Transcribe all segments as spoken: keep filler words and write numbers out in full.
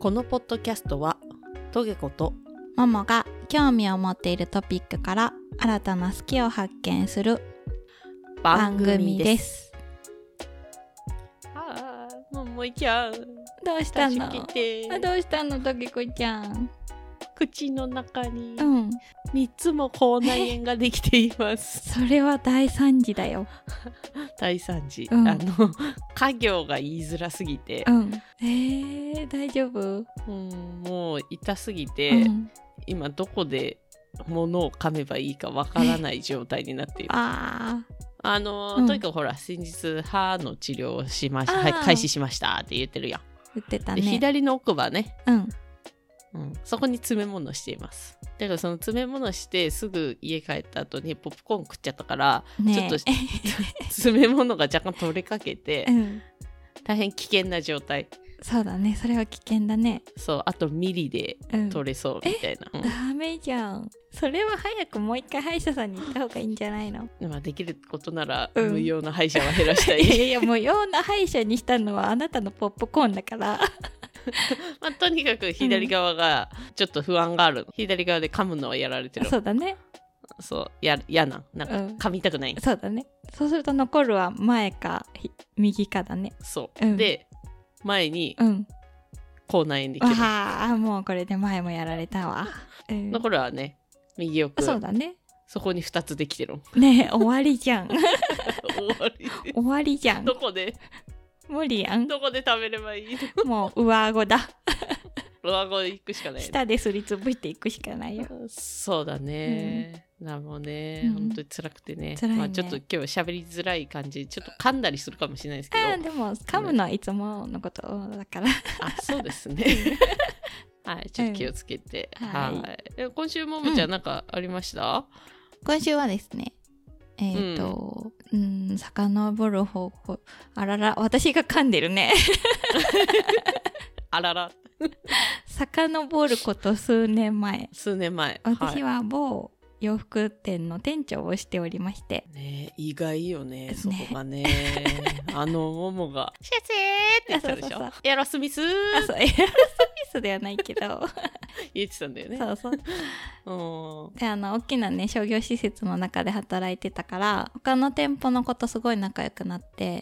このポッドキャストはトゲコとももが興味を持っているトピックから新たな好きを発見する番組です。 あー、ももちゃんどうしたの？ 助けて。 どうしたのトゲコちゃん？ 口の中にうんみっつも口内炎ができていますそれは大惨事だよ大惨事、 うん、 あの家業が言いづらすぎて、 うんえー、大丈夫？ うん、もう痛すぎて、 うん、 今どこで物を噛めばいいかわからない状態になっているああの、うん、とにかくほら先日歯の治療をしました、はい、開始しましたって言ってるやん。 言ってたね。 で左の奥歯ね、 うんうん、そこに詰め物しています。だからその詰め物してすぐ家帰った後にポップコーン食っちゃったから、ね、ちょっと詰め物が若干取れかけて、うん、大変危険な状態。 そうだね、それは危険だね。 そう、あとミリで取れそうみたいな、 うん、ダメじゃん。それは早くもう一回歯医者さんに行った方がいいんじゃないの？ まあ、できることなら無用な歯医者は減らしたい、 うん、いやいや無用な歯医者にしたのはあなたのポップコーンだからまあ、とにかく左側がちょっと不安がある、うん、左側で噛むのはやられてる。 そうだね。 そうや嫌ななんか噛みたくない、 うん、そうだね。そうすると残るは前か右かだね。 そう、うん、で前に口内炎できる、うん、 ああもうこれで前もやられたわ、 うん、残るはね右奥。 そうだね。 そこにふたつできてるねえ終わりじゃん終わり終わりじゃん。 どこで無理やん。 どこで食べればいいの？ もう上顎だ上顎で行くしかない、ね、 舌ですりつぶしていくしかないよ。 そうだね、うん、なもうね、うん、本当に辛くてね、 辛いね。 まあ、ちょっと今日は喋りづらい感じ、ちょっと噛んだりするかもしれないですけど、 あでも噛むのはいつものことだから、うん、 あそうですねはいちょっと気をつけて、うん、はい、はい、今週ももちゃんなんかありました？ うん、今週はですねえっ、ー、と、うん、うん、遡る方向、あらら、私が噛んでるね。 あらら。 遡ること数年前。 数年前。 私は某洋服店の店長をしておりまして。 ねえ、意外よね、そこがね。あの、ももが、シャツーって言ってたでしょ。そうそうそうエアロスミスー。 あ、そう、エアロスミスではないけど。 言ってたんだよね。 そうそう。で、あの、大きなね、商業施設の中で働いてたから、他の店舗の子とすごい仲良くなって。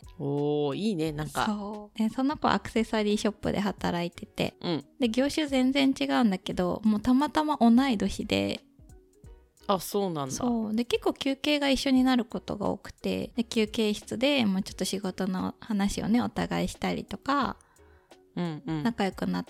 おー、いいね、なんか。 そう。で、その子アクセサリーショップで働いてて。 うん。 で、業種全然違うんだけど、もうたまたま同い年で、 あ、そうなんだ。 そうで結構休憩が一緒になることが多くて、で休憩室でもうちょっと仕事の話をねお互いしたりとか、 うんうん、 仲良くなって、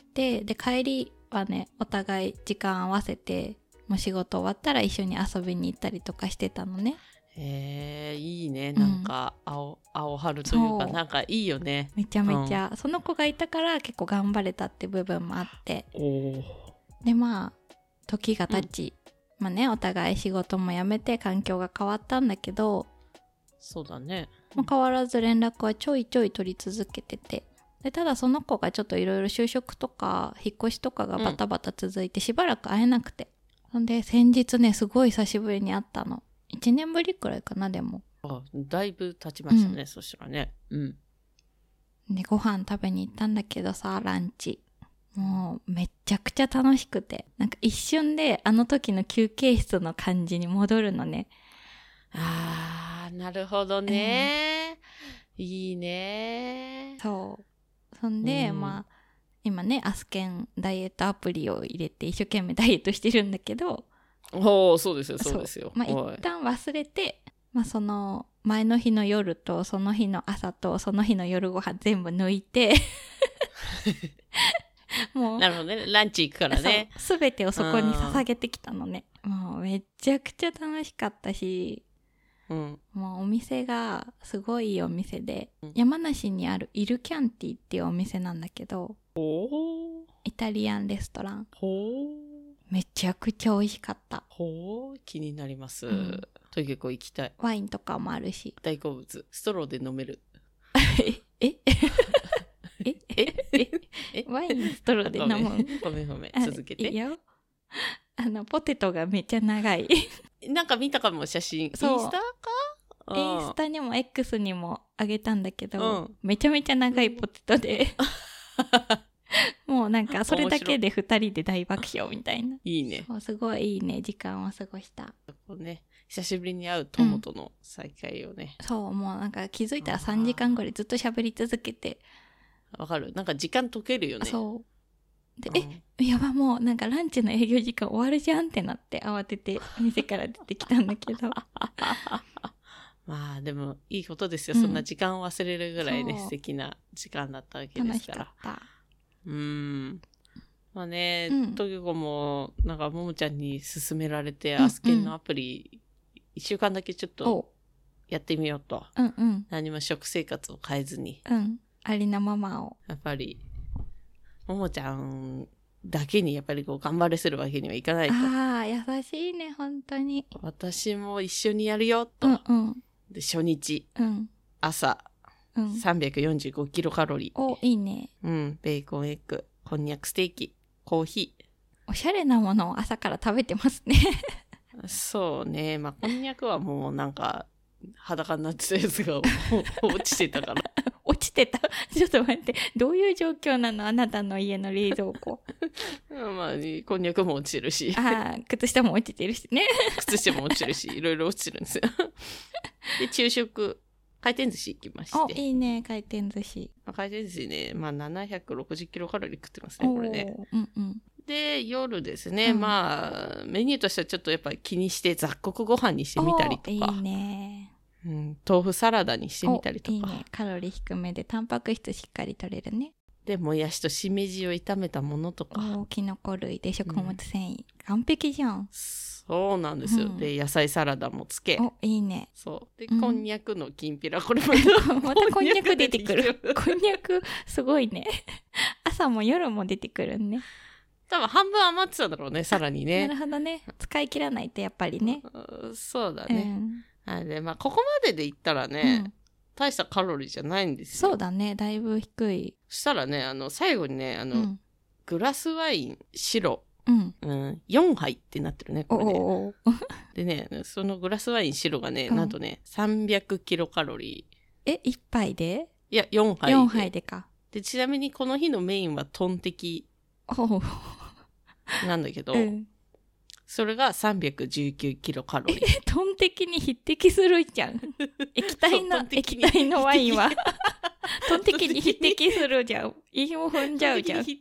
で帰りはねお互い時間合わせてもう仕事終わったら一緒に遊びに行ったりとかしてたのね。 へえいいね、なんか、うん、青青春というかなんかいいよね。 めちゃめちゃ、うん、その子がいたから結構頑張れたって部分もあって、 おでまあ時が経ち、うんまあね、お互い仕事も辞めて環境が変わったんだけど、 そうだね、 まあ、変わらず連絡はちょいちょい取り続けてて、でただその子がちょっといろいろ就職とか引っ越しとかがバタバタ続いてしばらく会えなくて、うん、で先日ねすごい久しぶりに会ったの。いちねんぶりくらいかな。でもあだいぶ経ちましたね、うん、そしたらね、うん、 でご飯食べに行ったんだけどさ、ランチもうめちゃくちゃ楽しくて、なんか一瞬であの時の休憩室の感じに戻るのね。 あーなるほどね、えー、いいね。 そうそんで、うん、まあ今ねアスケンダイエットアプリを入れて一生懸命ダイエットしてるんだけど、 おーそうですよそうですよ。 まあ一旦忘れて、まあその前の日の夜とその日の朝とその日の夜ご飯全部抜いてもうなるほどね、ランチ行くからね。 そう全てをそこに捧げてきたのね。もうめちゃくちゃ楽しかったし、うん、もうお店がすごいいいお店で、うん、山梨にあるイルキャンティっていうお店なんだけど、 ほイタリアンレストラン。 ほめちゃくちゃ美味しかった。 ほ気になります、うん、とにかく行きたい。 ワインとかもあるし。 大好物。ストローで飲めるえええええワインストローで飲む。 ごめんごめん続けて。 いいよ。あのポテトがめっちゃ長いなんか見たかも写真。インスタかインスタにも X にもあげたんだけど、うん、めちゃめちゃ長いポテトでもうなんかそれだけでふたりで大爆笑みたいな。 いいね。 そうすごいいいね時間を過ごした。 こうね、久しぶりに会う友との再会をね、 うん、そうもうなんか気づいたらさんじかんぐらいずっと喋り続けて。 わかる。なんか時間解けるよね。 そうで、うん、えやばもうなんかランチの営業時間終わるじゃんってなって慌てて店から出てきたんだけどまあでもいいことですよ、うん、そんな時間を忘れるぐらいね素敵な時間だったわけですから。楽しかった。うんまあね、トゲコもなんかももちゃんに勧められて、うん、アスケンのアプリいっしゅうかんだけちょっとやってみようと、うんうん、何も食生活を変えずに、 うん、ありのままをやっぱりももちゃんだけにやっぱりこう頑張れするわけにはいかないと。 ああ優しいね本当に。 私も一緒にやるよと、うんうん、で初日、うん、朝、うん、さんびゃくよんじゅうごキロカロリー。 おいいね。 うんベーコンエッグこんにゃくステーキコーヒー。 おしゃれなものを朝から食べてますねそうねまあこんにゃくはもうなんか裸になってたやつが落ちてたから落ちてたちょっと待ってどういう状況なのあなたの家の冷蔵庫まあこんにゃくも落ちてるしあ靴下も落ちてるしね靴下も落ちてるしいろいろ落ちてるんですよで昼食回転寿司行きまして。 おいいね回転寿司。 回転寿司ねまあななひゃくろくじゅうキロカロリー食ってますねこれね、うんうん、で夜ですね、うん、まあメニューとしてはちょっとやっぱり気にして雑穀ご飯にしてみたりとかいいね、うん、豆腐サラダにしてみたりとかいいねカロリー低めでタンパク質しっかり取れるね。 でもやしとしめじを炒めたものとかキノコ類で食物繊維、うん、完璧じゃん。 そうなんですよ、うん、で野菜サラダもつけおいいね。 そうで、うん、こんにゃくのきんぴらこれまたまたこんにゃく出てくるこんにゃくすごいね朝も夜も出てくるね。 多分半分余ってたんだろうねさらにね。 なるほどね使い切らないとやっぱりね。 そうだね、うん、あでまあここまでで言ったらね、うん、大したカロリーじゃないんですよ。 そうだねだいぶ低い。 そしたらねあの最後にねあの、うん、グラスワイン白うんうん、よんはいってなってるねこれね。おおでねそのグラスワイン白がね、うん、なんとねさんびゃくキロカロリー。えいっぱいで？ いやよんはいで。 よんはいでか。 でちなみにこの日のメインはトンテキなんだけど、うん、それがさんびゃくじゅうきゅうキロカロリー。 えトンテキに匹敵するじゃん液体の液体のワインはトンテキに匹敵するじゃん。韻を踏んじゃうじゃん。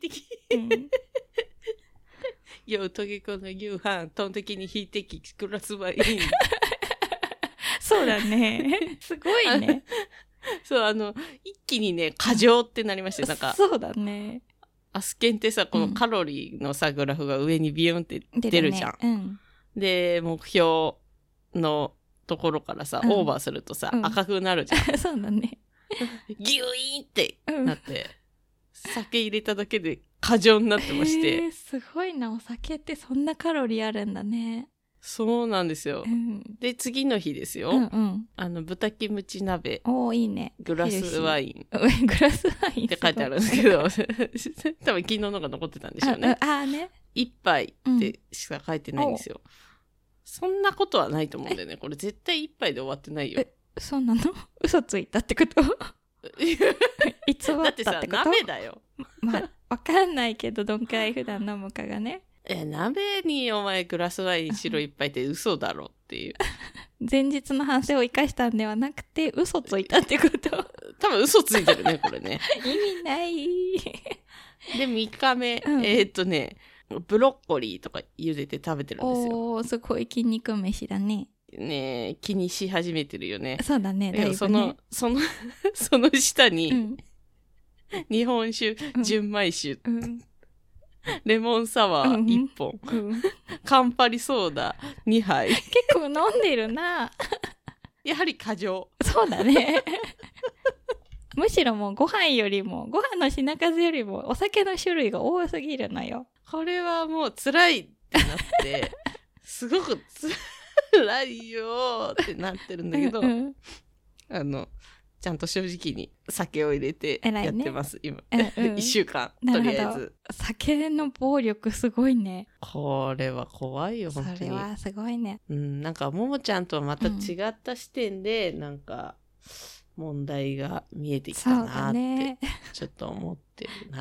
ようトゲコの夕飯トンテキに匹敵グラスワインそうだねすごいねそうあの一気にね過剰ってなりましてなんかそうだねアスケンってさこのカロリーのさ、うん、グラフが上にビヨンって出るじゃん、ねうん、で目標のところからさ、うん、オーバーするとさ、うん、赤くなるじゃんそうだねギュイーンってなって、うん、酒入れただけで過剰になってまして、 えー、すごいなお酒ってそんなカロリーあるんだね。 そうなんですよ、うん、で次の日ですよ、うんうん、あの豚キムチ鍋おいいねグラスワイングラスワインって書いてあるんですけど多分昨日のが残ってたんでしょうね。 ああね一杯ってしか書いてないんですよ、うん、そんなことはないと思うんだよねこれ絶対一杯で終わってないよ。 えそうなの嘘ついたってこと偽ったってことだってさ鍋だよまあわかんないけどどんくらい普段飲むかがねえ鍋にお前グラスワイン白いっぱいって嘘だろっていう前日の反省を生かしたんではなくて嘘ついたってこと多分嘘ついてるねこれね意味ないでみっかめ、うん、えー、っとねブロッコリーとか茹でて食べてるんですよ。 おーすごい筋肉飯だね。 ねえ気にし始めてるよね。 そうだねだいぶね。 そのそのその下に、うん、日本酒、純米酒、うん、レモンサワーいっぽん、うん、カンパリソーダにはい結構飲んでるなやはり過剰。 そうだねむしろもうご飯よりもご飯の品数よりもお酒の種類が多すぎるのよ。 これはもう辛いってなってすごく辛いよってなってるんだけど、うん、あのちゃんと正直に酒を入れてやってます、ね、今、うんうん、いっしゅうかんとりあえず。 酒の暴力すごいね。 これは怖いよ本当に。 それはすごいね。 うん、なんかももちゃんとはまた違った視点で、うん、なんか問題が見えてきたなってちょっと思ってるな。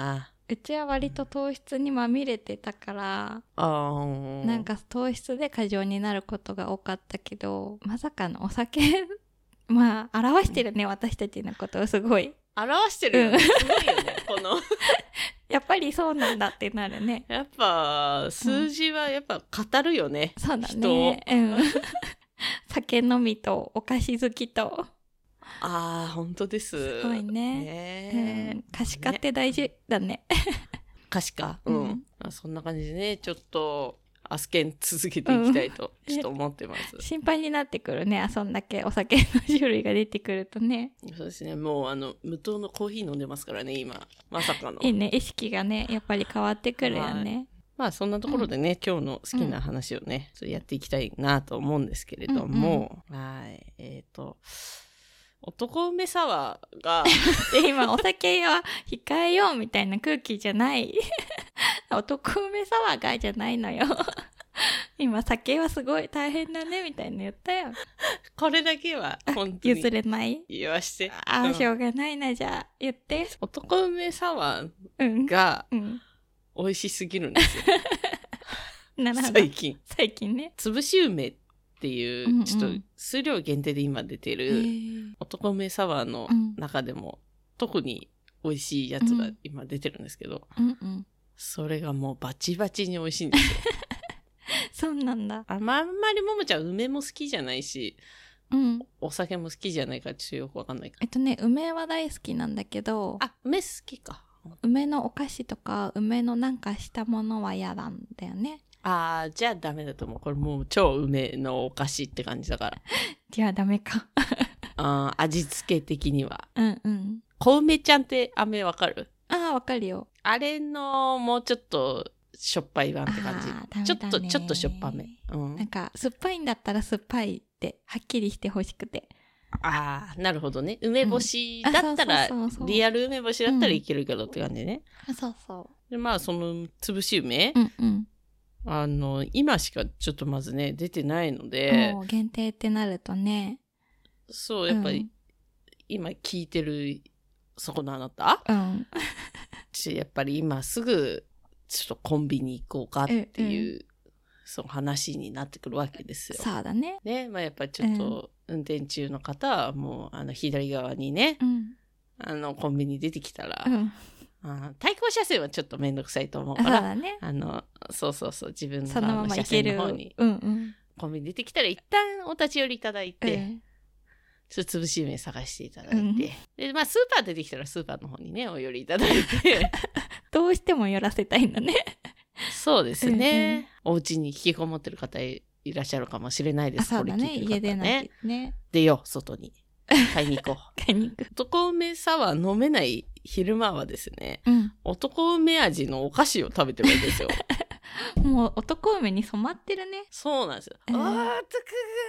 うちは割と糖質にまみれてたからあなんか糖質で過剰になることが多かったけど、まさかのお酒まあ表してるね、私たちのことをすごい表してるよね、うん、すごいよねこのやっぱりそうなんだってなるね。 やっぱ数字はやっぱ語るよね、 うん、そうだね、うん、酒飲みとお菓子好きと。 ああ本当です。 すごいね。ね、うん、可視化って大事だね。 可視化、うん、うん、そんな感じでね、ちょっとアスケン続けていきたいとちょっと思ってます、うん、 心配になってくるね、そんだけお酒の種類が出てくるとね。 そうですね、もうあの無糖のコーヒー飲んでますからね今、まさかの。 いいね、意識がねやっぱり変わってくるよね、はい、 まあそんなところでね、うん、今日の好きな話をね、うん、やっていきたいなと思うんですけれども、うんうん、はいえっ、ー、と男梅サワーがで今お酒は控えようみたいな空気じゃない男梅サワーがじゃないのよ今酒はすごい大変だねみたいな言ったよ。 これだけは本当に譲れない言わして。 ああ、うん、しょうがないな、じゃあ言って。 男梅サワーが美味しすぎるんですよ、 うんうん、なるほど。 最近最近ね、 潰し梅っていう、うんうん、ちょっと数量限定で今出てる男梅サワーの中でも、うん、特に美味しいやつが今出てるんですけど、 うんうん、 それがもうバチバチに美味しいんですよそうなんだ。 あ, まあんまりももちゃん梅も好きじゃないし、うん、お酒も好きじゃないからちょっとよくわかんないから。 えっとね梅は大好きなんだけど、 あ梅好きか。 梅のお菓子とか梅のなんかしたものは嫌なんだよね。 あーじゃあダメだと思う。これもう超梅のお菓子って感じだからじゃあダメかあ味付け的には。 うんうん。 小梅ちゃんって飴わかる？ ああわかるよ。 あれのもうちょっとしょっぱい版って感じ、ね、ちょっとちょっとしょっぱめ、うん、 なんか酸っぱいんだったら酸っぱいってはっきりしてほしくて。 ああなるほどね。梅干しだったら、うん、リアル梅干しだったらいけるけどって感じね、 うん、そうそうでまあその潰し梅、 うんうん、 あの今しかちょっとまずね出てないので、 限定ってなるとね。 そうやっぱり、うん、今聞いてるそこのあなた、うん、やっぱり今すぐちょっとコンビニ行こうかっていう、うん、その話になってくるわけですよ。 そうだね。 ね、まあやっぱりちょっと運転中の方はもうあの左側にね、うん、あのコンビニ出てきたら、うん、あ対向車線はちょっとめんどくさいと思うから、 そうだね、 あのそうそうそう自分のそのまま行ける車線の方に、 うんうん、 コンビニ出てきたら一旦お立ち寄りいただいて。うんちょっと潰し梅探していただいて、うん、でまあスーパー出てきたらスーパーの方にねお寄りいただいてどうしても寄らせたいんだね。 そうですね、うんうん、お家に引きこもってる方いらっしゃるかもしれないです。 そうだね、これ聞いてる方ね、家出ないね。 出よう外に買いに行こう買いに行く。 男梅サワー飲めない昼間はですね、うん、男梅味のお菓子を食べてるんですよもう男梅に染まってるね。 そうなんですよ、えー、あーたく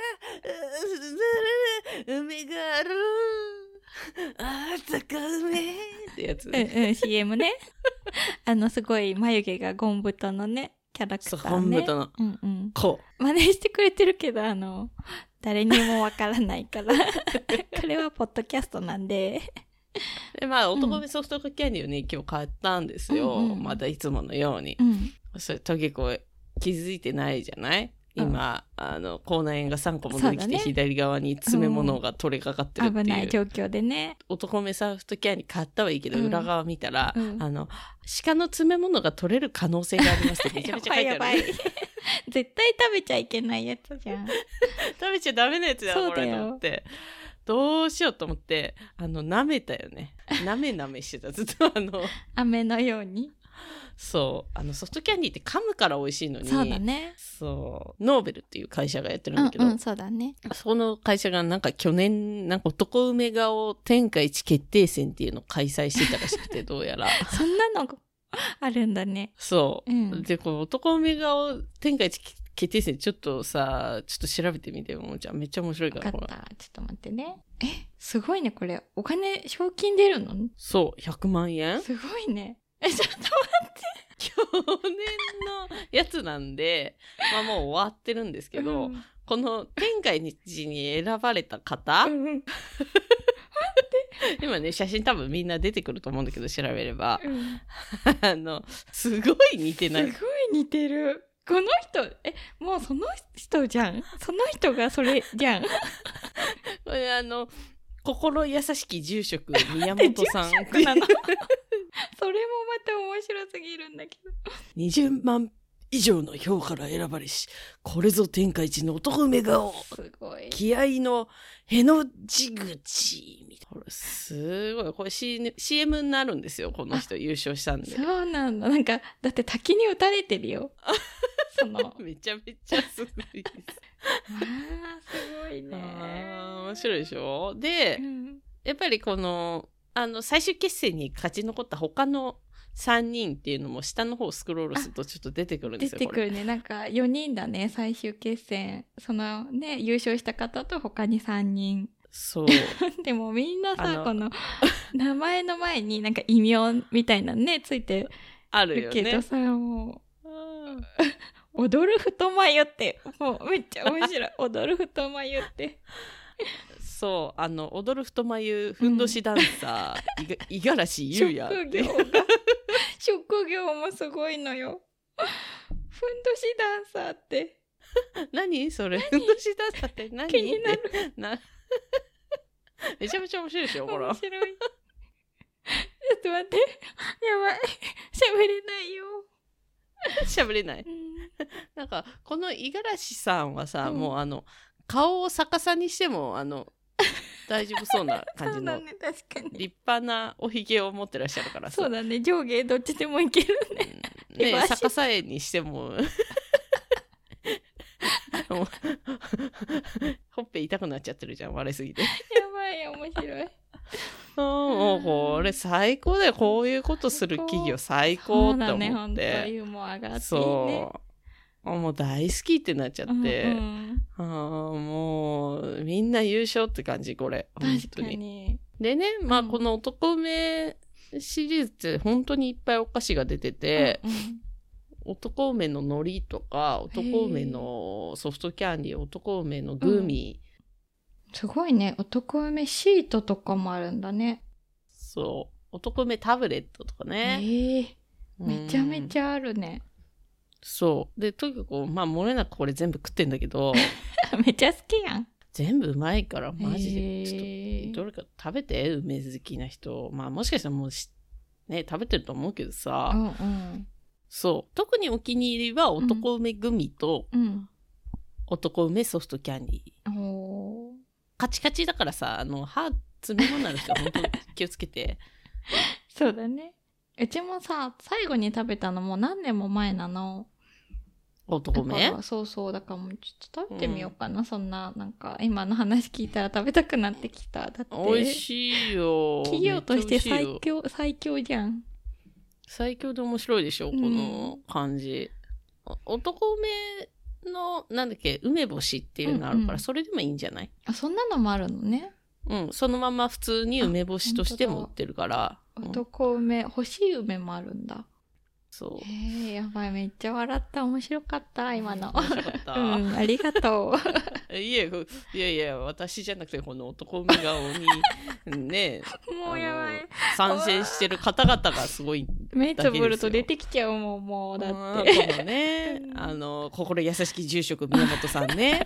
が梅があるあーたか梅ってやつ、 うんうん、シーエム ねあのすごい眉毛がゴンブトのねキャラクターね。 そうゴンブトの、 うんうん、 こう真似してくれてるけどあの誰にもわからないからこれはポッドキャストなんででまあ男梅ソフトキャンディーをね、うん、今日買ったんですよ、うんうん、またいつものように、うん、それと結構気づいてないじゃない今、うん、あの口内炎がさんこも出てきて、ね、左側に詰め物が取れかかってるっていう、うん、 危ない状況でね。 男梅ソフトキャンディー買ったはいいけど、うん、裏側見たら、 うん、 あの鹿の詰め物が取れる可能性がありますってめちゃめちゃ書いてある。 やばいやばい絶対食べちゃいけないやつじゃん。 食べちゃダメなやつだよこれと思ってどうしようと思ってあの舐めたよね。舐め舐めしてたずっとあの飴のように。 そうあのソフトキャンディーって噛むから美味しいのに。 そうだね。 そうノーベルっていう会社がやってるんだけど、 うんうん、そうだね。 その会社がなんか去年なんか男梅顔天下一決定戦っていうのを開催してたらしくてどうやらそんなのあるんだね。 そう、うん、でこの男梅顔天下一決定戦ちょっとさちょっと調べてみてもじゃあめっちゃ面白いから。 分かった。ちょっと待ってね。えすごいねこれお金賞金出るの？ そうひゃくまんえん。 すごいね。えちょっと待って去年のやつなんでまあもう終わってるんですけど、うん、この天下一に選ばれた方、うん、 今ね写真多分みんな出てくると思うんだけど調べれば、うん、あのすごい似てない？ すごい似てる。この人えもうその人じゃん。その人がそれじゃん。 これあの心優しき住職宮本さん。住職なの？それもまた面白すぎるんだけど。 にじゅうまん以上の票から選ばれし、これぞ天下一の男梅顔。 すごい。 気合のへの字口。これすごい。これ シーエム になるんですよ。この人優勝したんで。 そうなんだ。なんか、だって滝に打たれてるよ。そのめちゃめちゃすごいです。 ああ、すごいね。 あ面白いでしょ。で、うん、やっぱりこの、あの、最終決戦に勝ち残った他のさんにんっていうのも下の方スクロールするとちょっと出てくるんですよ。 出てくるね。なんかよにんだね、最終決戦。そのね、優勝した方と他にさんにん。 そう。 でもみんなさ、のこの名前の前になんか異名みたいなね、ついてるけどさ、あるよね、もう。踊る太眉って、もうめっちゃ面白い。踊る太眉って。 そう、あの、踊る太眉、ふんどしダンサー、五十嵐優也って。 職業が、職業もすごいのよ。ふんどしダンサーって。 何それ、ふんどしダンサーって何？ 気になる。 なめちゃめちゃ面白いでしょ、ほら。 面白い。ちょっと待って。やばい。喋れないよ。 喋れない、うん、なんかこの五十嵐さんはさ、うん、もうあの顔を逆さにしてもあの大丈夫そうな感じのそうだね、確かに立派なおひげを持ってらっしゃるからさ。 そうだね、上下どっちでもいけるね、 うん、ね逆さ絵にしてもほっぺ痛くなっちゃってるじゃん、割れすぎて。 やばい、面白い。 もうこれ最高だよ。こういうことする企業最高って思って。そうだね、 本当ユーモアがあっていいね。 そうもう大好きってなっちゃって、うんうん、あもうみんな優勝って感じ、これ本当に。 確かに。 でね、まあこの男梅シリーズって本当にいっぱいお菓子が出てて、うんうん、男梅の海苔とか男梅のソフトキャンディー、男梅のグミ、うんすごいね。男梅シートとかもあるんだね。 そう。男梅タブレットとかね。 ええー、めちゃめちゃあるね。 そう。で、とにかく、まあ、漏れなくこれ全部食ってんだけど。 めっちゃ好きやん。 全部うまいから、マジで。ちょっと、どれか食べて、梅好きな人。まあ、もしかしたらもうね、食べてると思うけどさ。 うんうん、 そう。特にお気に入りは男梅グミと、 うん、 男梅ソフトキャンディー。 おーカチカチだからさ、あの、歯詰め物になる人は本当に気をつけて。 そうだね。うちもさ、最後に食べたのもう何年も前なの。 男梅？ そうそう。だからもうちょっと食べてみようかな。うん、そんな、なんか、今の話聞いたら食べたくなってきた。だって。 美味しいよ。 企業として最強、最強じゃん。 最強で面白いでしょ、この感じ。うん、男梅のなんだっけ梅干しっていうのあるから、うんうん、それでもいいんじゃない？ あ、そんなのもあるのね。 うん、そのまま普通に梅干しとしても売ってるから。 男梅、干し梅もあるんだ。 そう。 へえ、やばい、めっちゃ笑った。面白かった、今の。 面白かった。 うん、ありがとう。いや、いやいや、私じゃなくて、この男梅顔に、ね、 もうやばい。 参戦してる方々がすごい。 目つぶると出てきちゃうもん、もう、だって。 このね、あの、心優しき住職宮本さんね。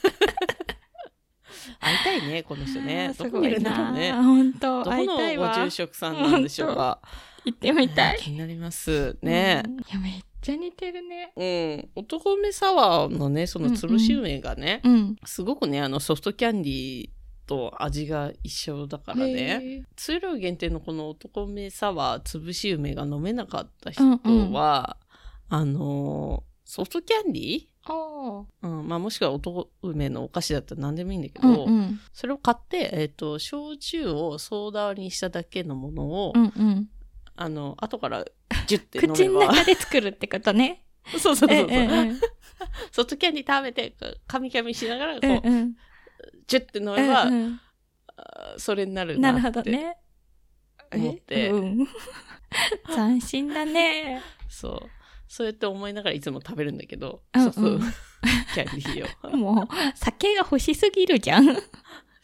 会いたいね、この人ね。どこにいるんだろうね。 本当、 どこのご住職さんなんでしょうか。 行ってみたい。 気になりますね、 うん。いや、めっちゃ似てるね。 うん。男梅サワーのね、その潰し梅がね、 うんうん、 すごくね、あのソフトキャンディーと味が一緒だからね。数量限定のこの男梅サワー潰し梅が飲めなかった人は、うんうん、あの、ソフトキャンディーうんまあ、もしくは男梅のお菓子だったら何でもいいんだけど、 うんうん、 それを買って、えっと、焼酎をソーダ割りにしただけのものを、 うんうんあの、後からジュッて飲めば。 口の中で作るってことね。 そうそうそうそう。 うんうん、 ソフトキャンディー食べて、カミカミしながら、こう、 うんうん、 ジュッて飲めば、 うんうん、 それになるなって。 なるほどね。 思って。 うん、斬新だね。 そう。そうやって思いながらいつも食べるんだけど、 うんうん、 そうそう。キャンディーを。 もう、酒が欲しすぎるじゃん。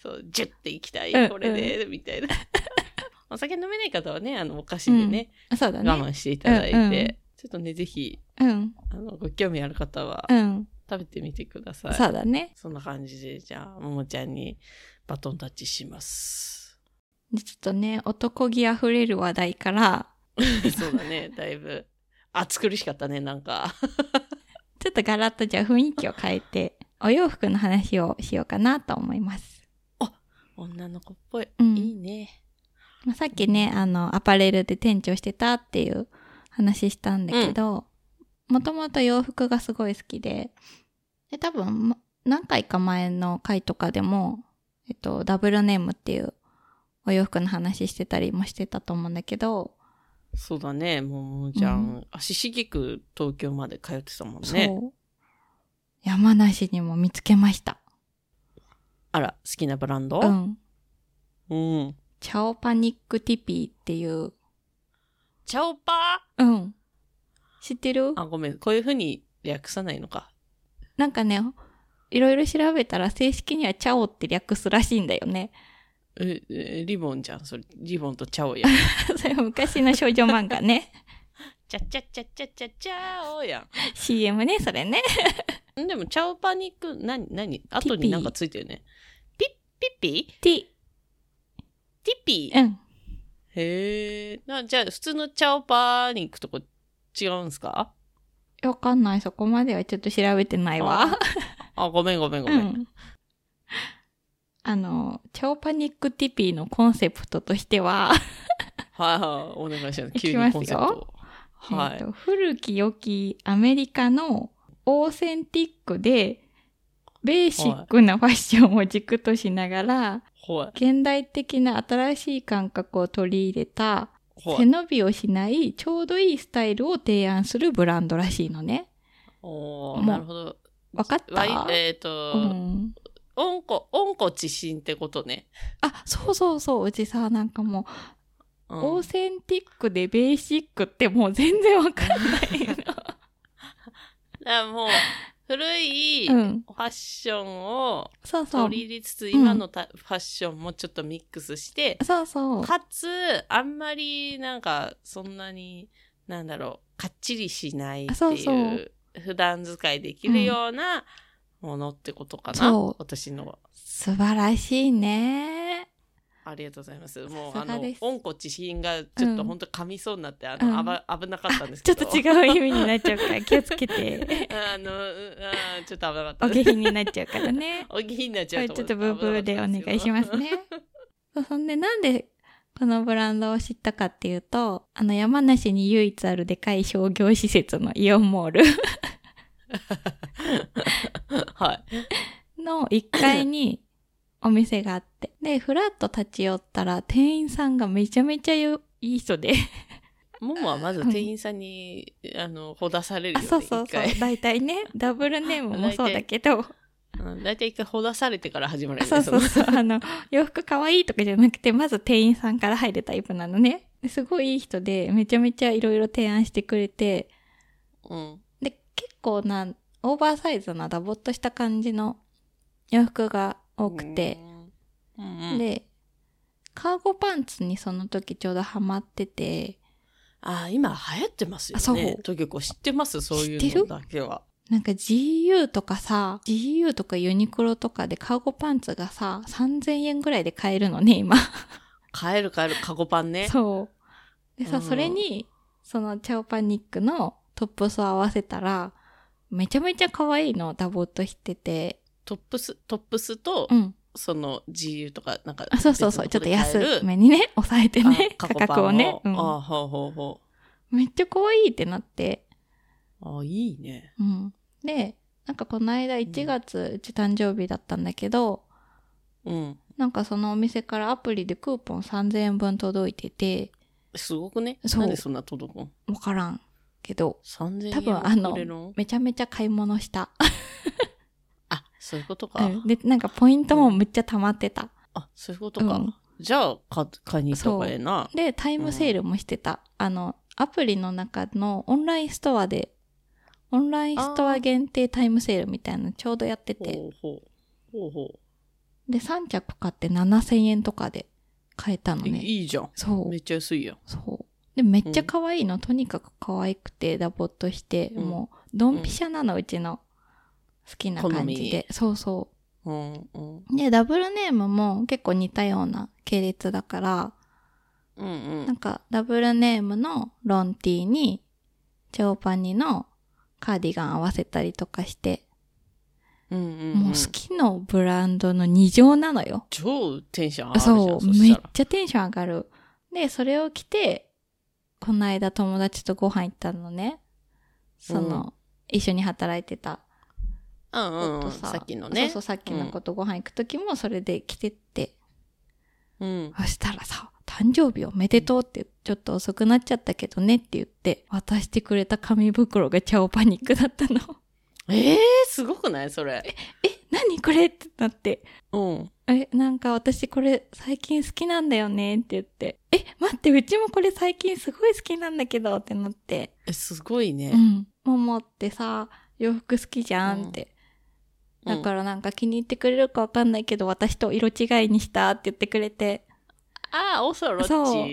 そう、ジュッていきたい、 うんこれで、みたいな。お酒飲めない方はね、あの、お菓子でね、 うん、そうだね。 我慢していただいて、 うんうん、 ちょっとね、ぜひ、 うん、 あの、ご興味ある方は、 うん、 食べてみてください。 そうだね。 そんな感じで、じゃあ、ももちゃんにバトンタッチします。 で、ちょっとね、男気あふれる話題から、 そうだね、だいぶ。暑苦しかったね、なんか。 ちょっとガラッとじゃあ雰囲気を変えて、お洋服の話をしようかなと思います。 あ、女の子っぽい。 うん、 いいね。 まあ、さっきね、あの、アパレルで店長してたっていう話したんだけど、もともと洋服がすごい好きで、で、多分、何回か前の回とかでも、えっと、ダブルネームっていうお洋服の話してたりもしてたと思うんだけど、 そうだね、ももちゃん、うん、足しげく東京まで通ってたもんね。そう。 山梨にも見つけました。 あら、好きなブランド？ うん。 うん。 チャオパニックティピーっていう。 チャオパー？うん。知ってる？ あ、ごめん。こういう風に略さないのか。 なんかね、いろいろ調べたら正式にはチャオって略すらしいんだよね。 え、えリボンじゃん。それ、リボンとチャオやん。 それ昔の少女漫画ね。 チャチャチャチャチャチャオやん。 シーエム ね、それね。 でも、チャオパニック、なに、なに後になんかついてるね。ピッ、ピッピティ。 ティピーうん。 へえ。な、じゃあ、普通のチャオパニックとこ違うんすか？ わかんない。そこまではちょっと調べてないわ。 あ, あ、ごめんごめんごめん。うん、 あの、チャオパニックティピーのコンセプトとしてははいはい、お願いします。急にコンセプト。 はい、えーと。古き良きアメリカのオーセンティックでベーシックなファッションを軸としながら、はい、現代的な新しい感覚を取り入れた、はい、背伸びをしないちょうどいいスタイルを提案するブランドらしいのね。 おー、なるほど。 わかった？ えっ、ー、と、うん、温故、温故知新ってことね。 あ、そうそうそう。うちさ、なんかもう、うん、オーセンティックでベーシックってもう全然わかんないの。だからもう、古いファッションを取り入れつつ、うん、今のた、うん、ファッションもちょっとミックスして、 そうそう。 かつ、あんまりなんか、そんなに、なんだろう、かっちりしないっていう、そうそう、普段使いできるようなものってことかな、そう私のは。 素晴らしいね。 ありがとうございます。もう、あの、温故知新がちょっと本当噛みそうになって、うん、あの、あば、危なかったんですけど。 ちょっと違う意味になっちゃうから気をつけて。 あの、あちょっと危なかった。 お下品になっちゃうからね。 お下品になっちゃうとちょっとブーブーでお願いしますね。そんで、なんでこのブランドを知ったかっていうと、あの、山梨に唯一あるでかい商業施設のイオンモール。 はい。 のいっかいに、お店があって。で、ふらっと立ち寄ったら、店員さんがめちゃめちゃいい人で。 ももはまず店員さんに、うん、あの、ほだされるよね。 そうそうそう。大体ね、ダブルネームもそうだけど。 大体一回ほだされてから始まるよね。 そうそうそう。あの、洋服かわいいとかじゃなくて、まず店員さんから入るタイプなのね。すごいいい人で、めちゃめちゃいろいろ提案してくれて。 うん。 で、結構な、オーバーサイズなダボっとした感じの洋服が多くて、うんうん、でカーゴパンツにその時ちょうどハマってて、 ああ今流行ってますよね。そうトキコ知ってます？そういうのだけは。 なんか ジーユー とかさ ジーユー とかユニクロとかでカーゴパンツがささんぜんえんぐらいで買えるのね今。 買える買えるカゴパンね。 そうでさ、うん、それにそのチャオパニックのトップスを合わせたらめちゃめちゃ可愛いのダボっとしてて。 トップス、トップスと、うん、その ジーユー とか、なんか、 あ、そうそうそう、ちょっと安めにね、抑えてね、価格をね。 うん、あ、ほうほうほう。めっちゃ可愛いってなって。 あ、いいね。 うん。で、なんかこの間いちがつ、うん、うち誕生日だったんだけど、 うん。 なんかそのお店からアプリでクーポンさんぜんえんぶん届いてて。 すごくね。なんでそんな届くの？ わからんけど。 さんぜんえん多分あの、めちゃめちゃ買い物した。 あ、そういうことか、うん。 で、なんかポイントもめっちゃ溜まってた。うん、 あ、そういうことか。うん、じゃあ買、買いに行った方がええな。 で、タイムセールもしてた。うん、あの、アプリの中のオンラインストアで、オンラインストア限定タイムセールみたいなのちょうどやってて。 ほうほう。ほうほう。 で、さんちゃく買ってななせんえんとかで買えたのね。 いいじゃん。 そう。 めっちゃ安いやん。 そう。で、めっちゃ可愛いの。うん、とにかく可愛くて、ダボっとして、うん、もう、ドンピシャなの、うちの好きな感じで。そうそう、うんうん。で、ダブルネームも結構似たような系列だから、うんうん、なんか、ダブルネームのロンティーに、チャオパニのカーディガン合わせたりとかして、うんうんうん、もう好きのブランドのに乗なのよ。 超テンション上がるじゃん。 そう、そめっちゃテンション上がる。で、それを着て、この間友達とご飯行ったのね。その、うん、一緒に働いてた。 うんうん、うん、さっきのね。 そうそう、さっきの子とご飯行くときもそれで着てって。うん。そしたらさ、誕生日おめでとうって、ちょっと遅くなっちゃったけどねって言って、渡してくれた紙袋がチャオパニックだったの。 えー、すごくないそれ。 え、え、何これってなって。 うん。 え、なんか私これ最近好きなんだよねって言って。え、待って、うちもこれ最近すごい好きなんだけどってなって。 え、すごいね。 うん。ももってさ、洋服好きじゃんって。うん、だからなんか気に入ってくれるかわかんないけど、私と色違いにしたって言ってくれて。 ああ、おそろっち。 そう。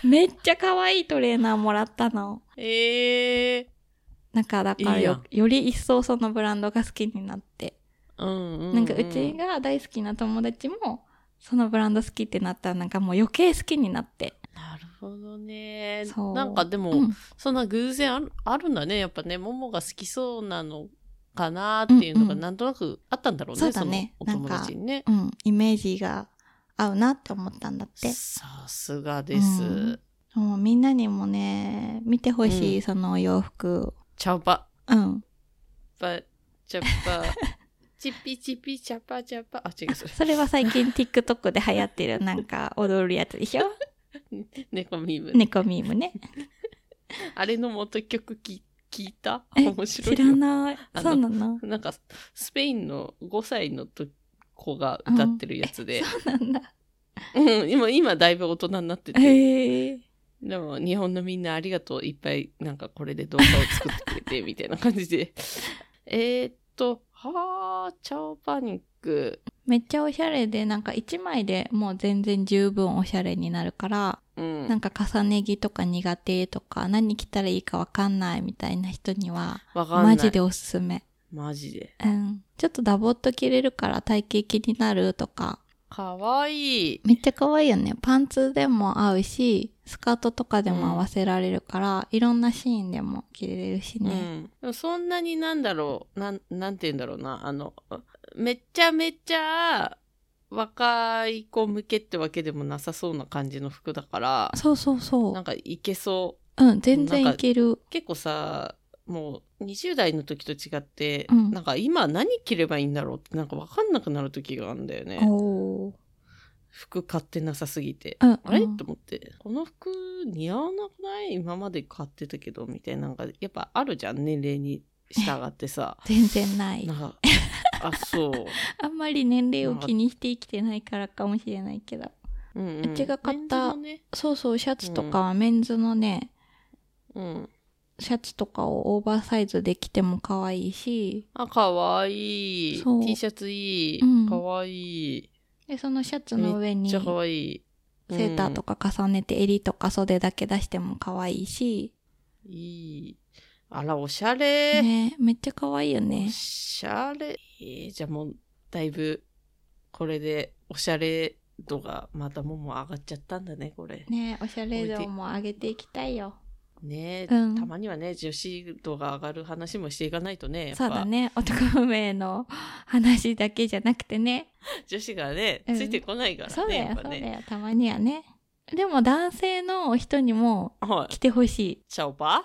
めっちゃ可愛いトレーナーもらったの。 ええー。 なんかだから よ, より一層そのブランドが好きになって。うんうんうん、なんかうちが大好きな友達もそのブランド好きってなったらなんかもう余計好きになって。 なるほどね。なんかでも、うん、そんな偶然あ る, あるんだね。やっぱね、ももが好きそうなのかなっていうのがなんとなくあったんだろうね。うんうん、そうだね。そのお友達にね。 うん。イメージが合うなって思ったんだって。 さすがです。 うん、もうみんなにもね、見てほしい、うん、そのお洋服。 チャオパ。 うん。 パ、チャパ。チピチピチャパチャパ。あ、違うそれ。 それは最近 TikTok で流行ってるなんか踊るやつでしょ。 猫ミーム。 猫ミームね。 あれの元曲聞聞いた？面白い。 知らない。そうなの？ なんかスペインのごさいの子が歌ってるやつで。 うん、そうなんだ。 うん、今今だいぶ大人になってて。 へー。 でも日本のみんなありがとう、いっぱいなんかこれで動画を作ってくれてみたいな感じでえーっとはーチャオパニックめっちゃおしゃれでなんかいちまいでもう全然十分おしゃれになるから、うん、なんか重ね着とか苦手とか何着たらいいかわかんないみたいな人にはマジでおすすめ。 マジで、 うん、ちょっとダボっと着れるから体型気になるとか。 かわいい。 めっちゃかわいいよね。パンツでも合うし、スカートとかでも合わせられるから、うん、いろんなシーンでも着れるしね。うん、 でもそんなになんだろう、なん、なんて言うんだろうな、あの、めっちゃめっちゃ若い子向けってわけでもなさそうな感じの服だから、 そうそうそう。 なんかいけそう。 うん、全然いける。 結構さ、もうにじゅう代の時と違って、うん、なんか今何着ればいいんだろうってなんか分かんなくなる時があるんだよね。お服買ってなさすぎて、うんうん、あれと思ってこの服似合わなくない？今まで買ってたけどみたいな、なんかやっぱあるじゃん、年齢に従ってさ。 全然ない。 なんかあそうあんまり年齢を気にして生きてないからかもしれないけど、うんうん、うちが買った、ね、そうそうシャツとかはメンズのね、うん、シャツとかをオーバーサイズで着ても可愛いし。 あ、可愛い。T シャツいい、うん、可愛い。 でそのシャツの上にめっちゃ可愛い、 セーターとか重ねて襟とか袖だけ出しても可愛いし。 いい。あらおしゃれね、めっちゃ可愛いよね。 おしゃれ、えー、じゃあもうだいぶこれでおしゃれ度がまたもも上がっちゃったんだねこれね。おしゃれ度も上げていきたいよね、うん、たまにはね女子度が上がる話もしていかないとね。やっぱそうだね、男名の話だけじゃなくてね、 女子がね、うん、ついてこないからね。 そうだよ、 ね、 そうだよ、たまにはね。でも男性の人にも来てほしい、はい、 チャオパ、 うん、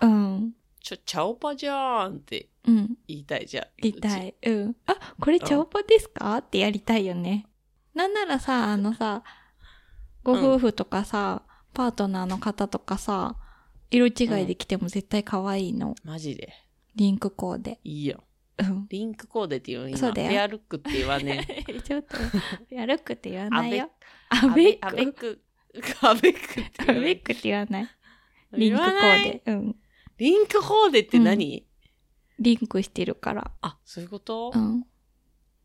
ちょチャオパじゃーんって言いたい、じゃあ言いたい、うん、あ、これチャオパですか、うん、ってやりたいよね。なんならさ、あのさご夫婦とかさ、うん、パートナーの方とかさ、色違いで着ても絶対可愛いの、 うん、マジでリンクコーデいいよ、 うん、 リンクコーデっていうの今そうだよ、 ペアルックって言わねえちょっとペアルックって言わないよ。 アベックアベックアベックって言わない。アベックって言わない。リンクコーデ、うん、 リンクコーデって何、 うん、リンクしてるから。 あ、そういうこと、 うん、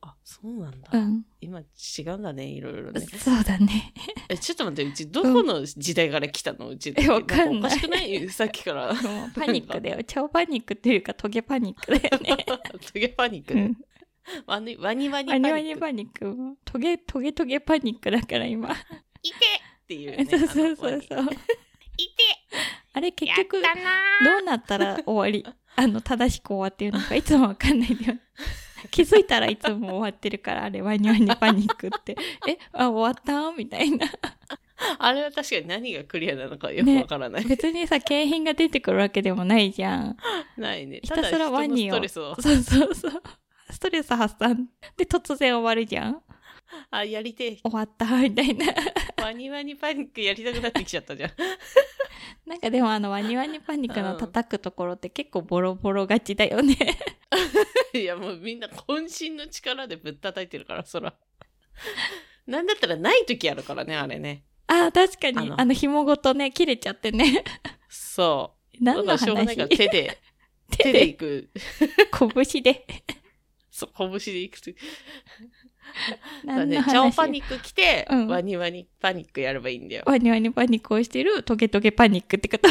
あ、そうなんだ。 うん。 今違うんだね、いろいろね。 そうだね。 え、ちょっと待って、うちどこの時代から来たの、うち。 え、わかんない。 おかしくないさっきから。 もうパニックだよ。超パニックっていうかトゲパニックだよね。 トゲパニック、 うん、 ワニワニワニパニック。 ワニワニパニック。トゲトゲトゲパニックだから今。いてっていうね。 そうそうそうそう。 いてあれ結局どうなったら終わりあの正しく終わってるのかいつもわかんないんだよ。気づいたらいつも終わってるからあれワニワニパニックってえあ終わったみたいな。 あれは確かに何がクリアなのかよくわからない、 ね、別にさ景品が出てくるわけでもないじゃん。 ないね。 ひたすらワニをストレスをそうそうそうストレス発散で突然終わるじゃん。 あやりてえ終わったみたいな。 ワニワニパニックやりたくなってきちゃったじゃん。 なんかでもあのワニワニパニックの叩くところって結構ボロボロがちだよね。 いやもうみんな渾身の力でぶったたいてるからそら。なんだったらない時あるからねあれね。 ああ確かにあのあの紐ごとね切れちゃってね。 そう。 何の話？ しょうがないから手で手でいく。 拳で。 そう拳でいく。 だね、チャオパニック来て、うん、ワニワニパニックやればいいんだよ。 ワニワニパニックをしてるトゲトゲパニックってこと？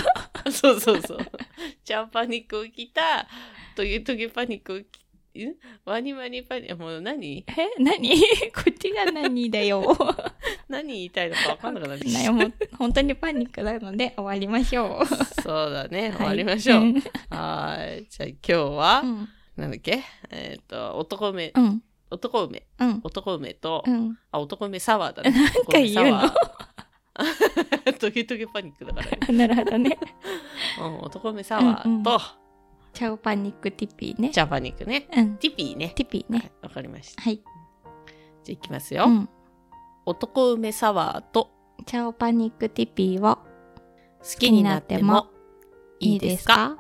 そうそうそう。チャオパニックを来たトゲトゲパニックをきワニワニパニックもう何？ え何？こっちが何だよ。 何言いたいのか分かんなくなってきた。もう本当にパニックなので終わりましょう。 そうだね、終わりましょう。はい。はい。じゃあ今日は、うん、なんだっけ？えっ、ー、と男梅。うん男梅、うん、男梅と、うん、あ男梅サワーだね。 なんか言うの？ トゲトゲパニックだからね。 なるほどね。 うん、男梅サワーと、うんうん、 チャオパニックティピーね。 チャオパニックね。うん、ティピーね。 ティピーね。 わ、はい、かりました。 はい。 じゃあいきますよ。うん、男梅サワーとチャオパニックティピーを好きになってもいいですか？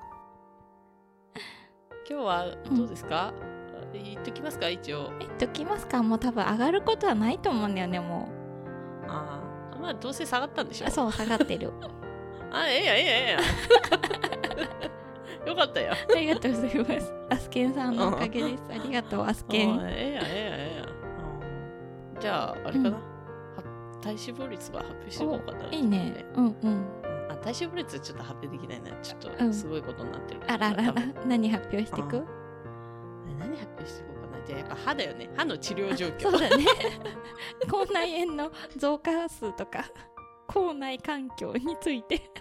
今日はどうですか？うん言っときますか一応。 言っときますかもう多分上がることはないと思うんだよねもう。ああまあどうせ下がったんでしょ。 そう下がってる。 あええやええやええや。よかったよ。 ありがとうございます。アスケンさんのおかげです。ありがとうアスケン。 ええやええやええや。じゃああれかな、うん、体脂肪率は発表していこうかな。 いいね。うんうん。 あ体脂肪率ちょっと発表できないな。ちょっとすごいことになってる、 うん、あららら何発表していく？ 何発表していこうかな。じゃあやっぱ歯だよね。歯の治療状況。 そうだね。口内炎の増加数とか口内環境について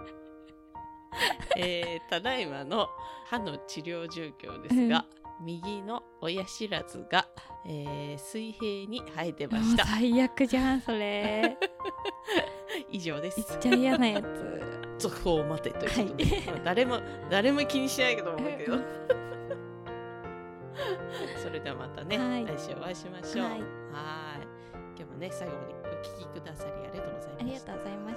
えー、ただいまの歯の治療状況ですが、うん、右の親知らずが、えー、水平に生えてました。 最悪じゃんそれ。 以上です。 めっちゃ嫌なやつ。 続報を待てということで、はい、誰も誰も気にしないけど思うけど。それではまたね、はい、来週お会いしましょう。はい。はい今日もね最後にお聞きくださりありがとうございました。 ありがとうございました。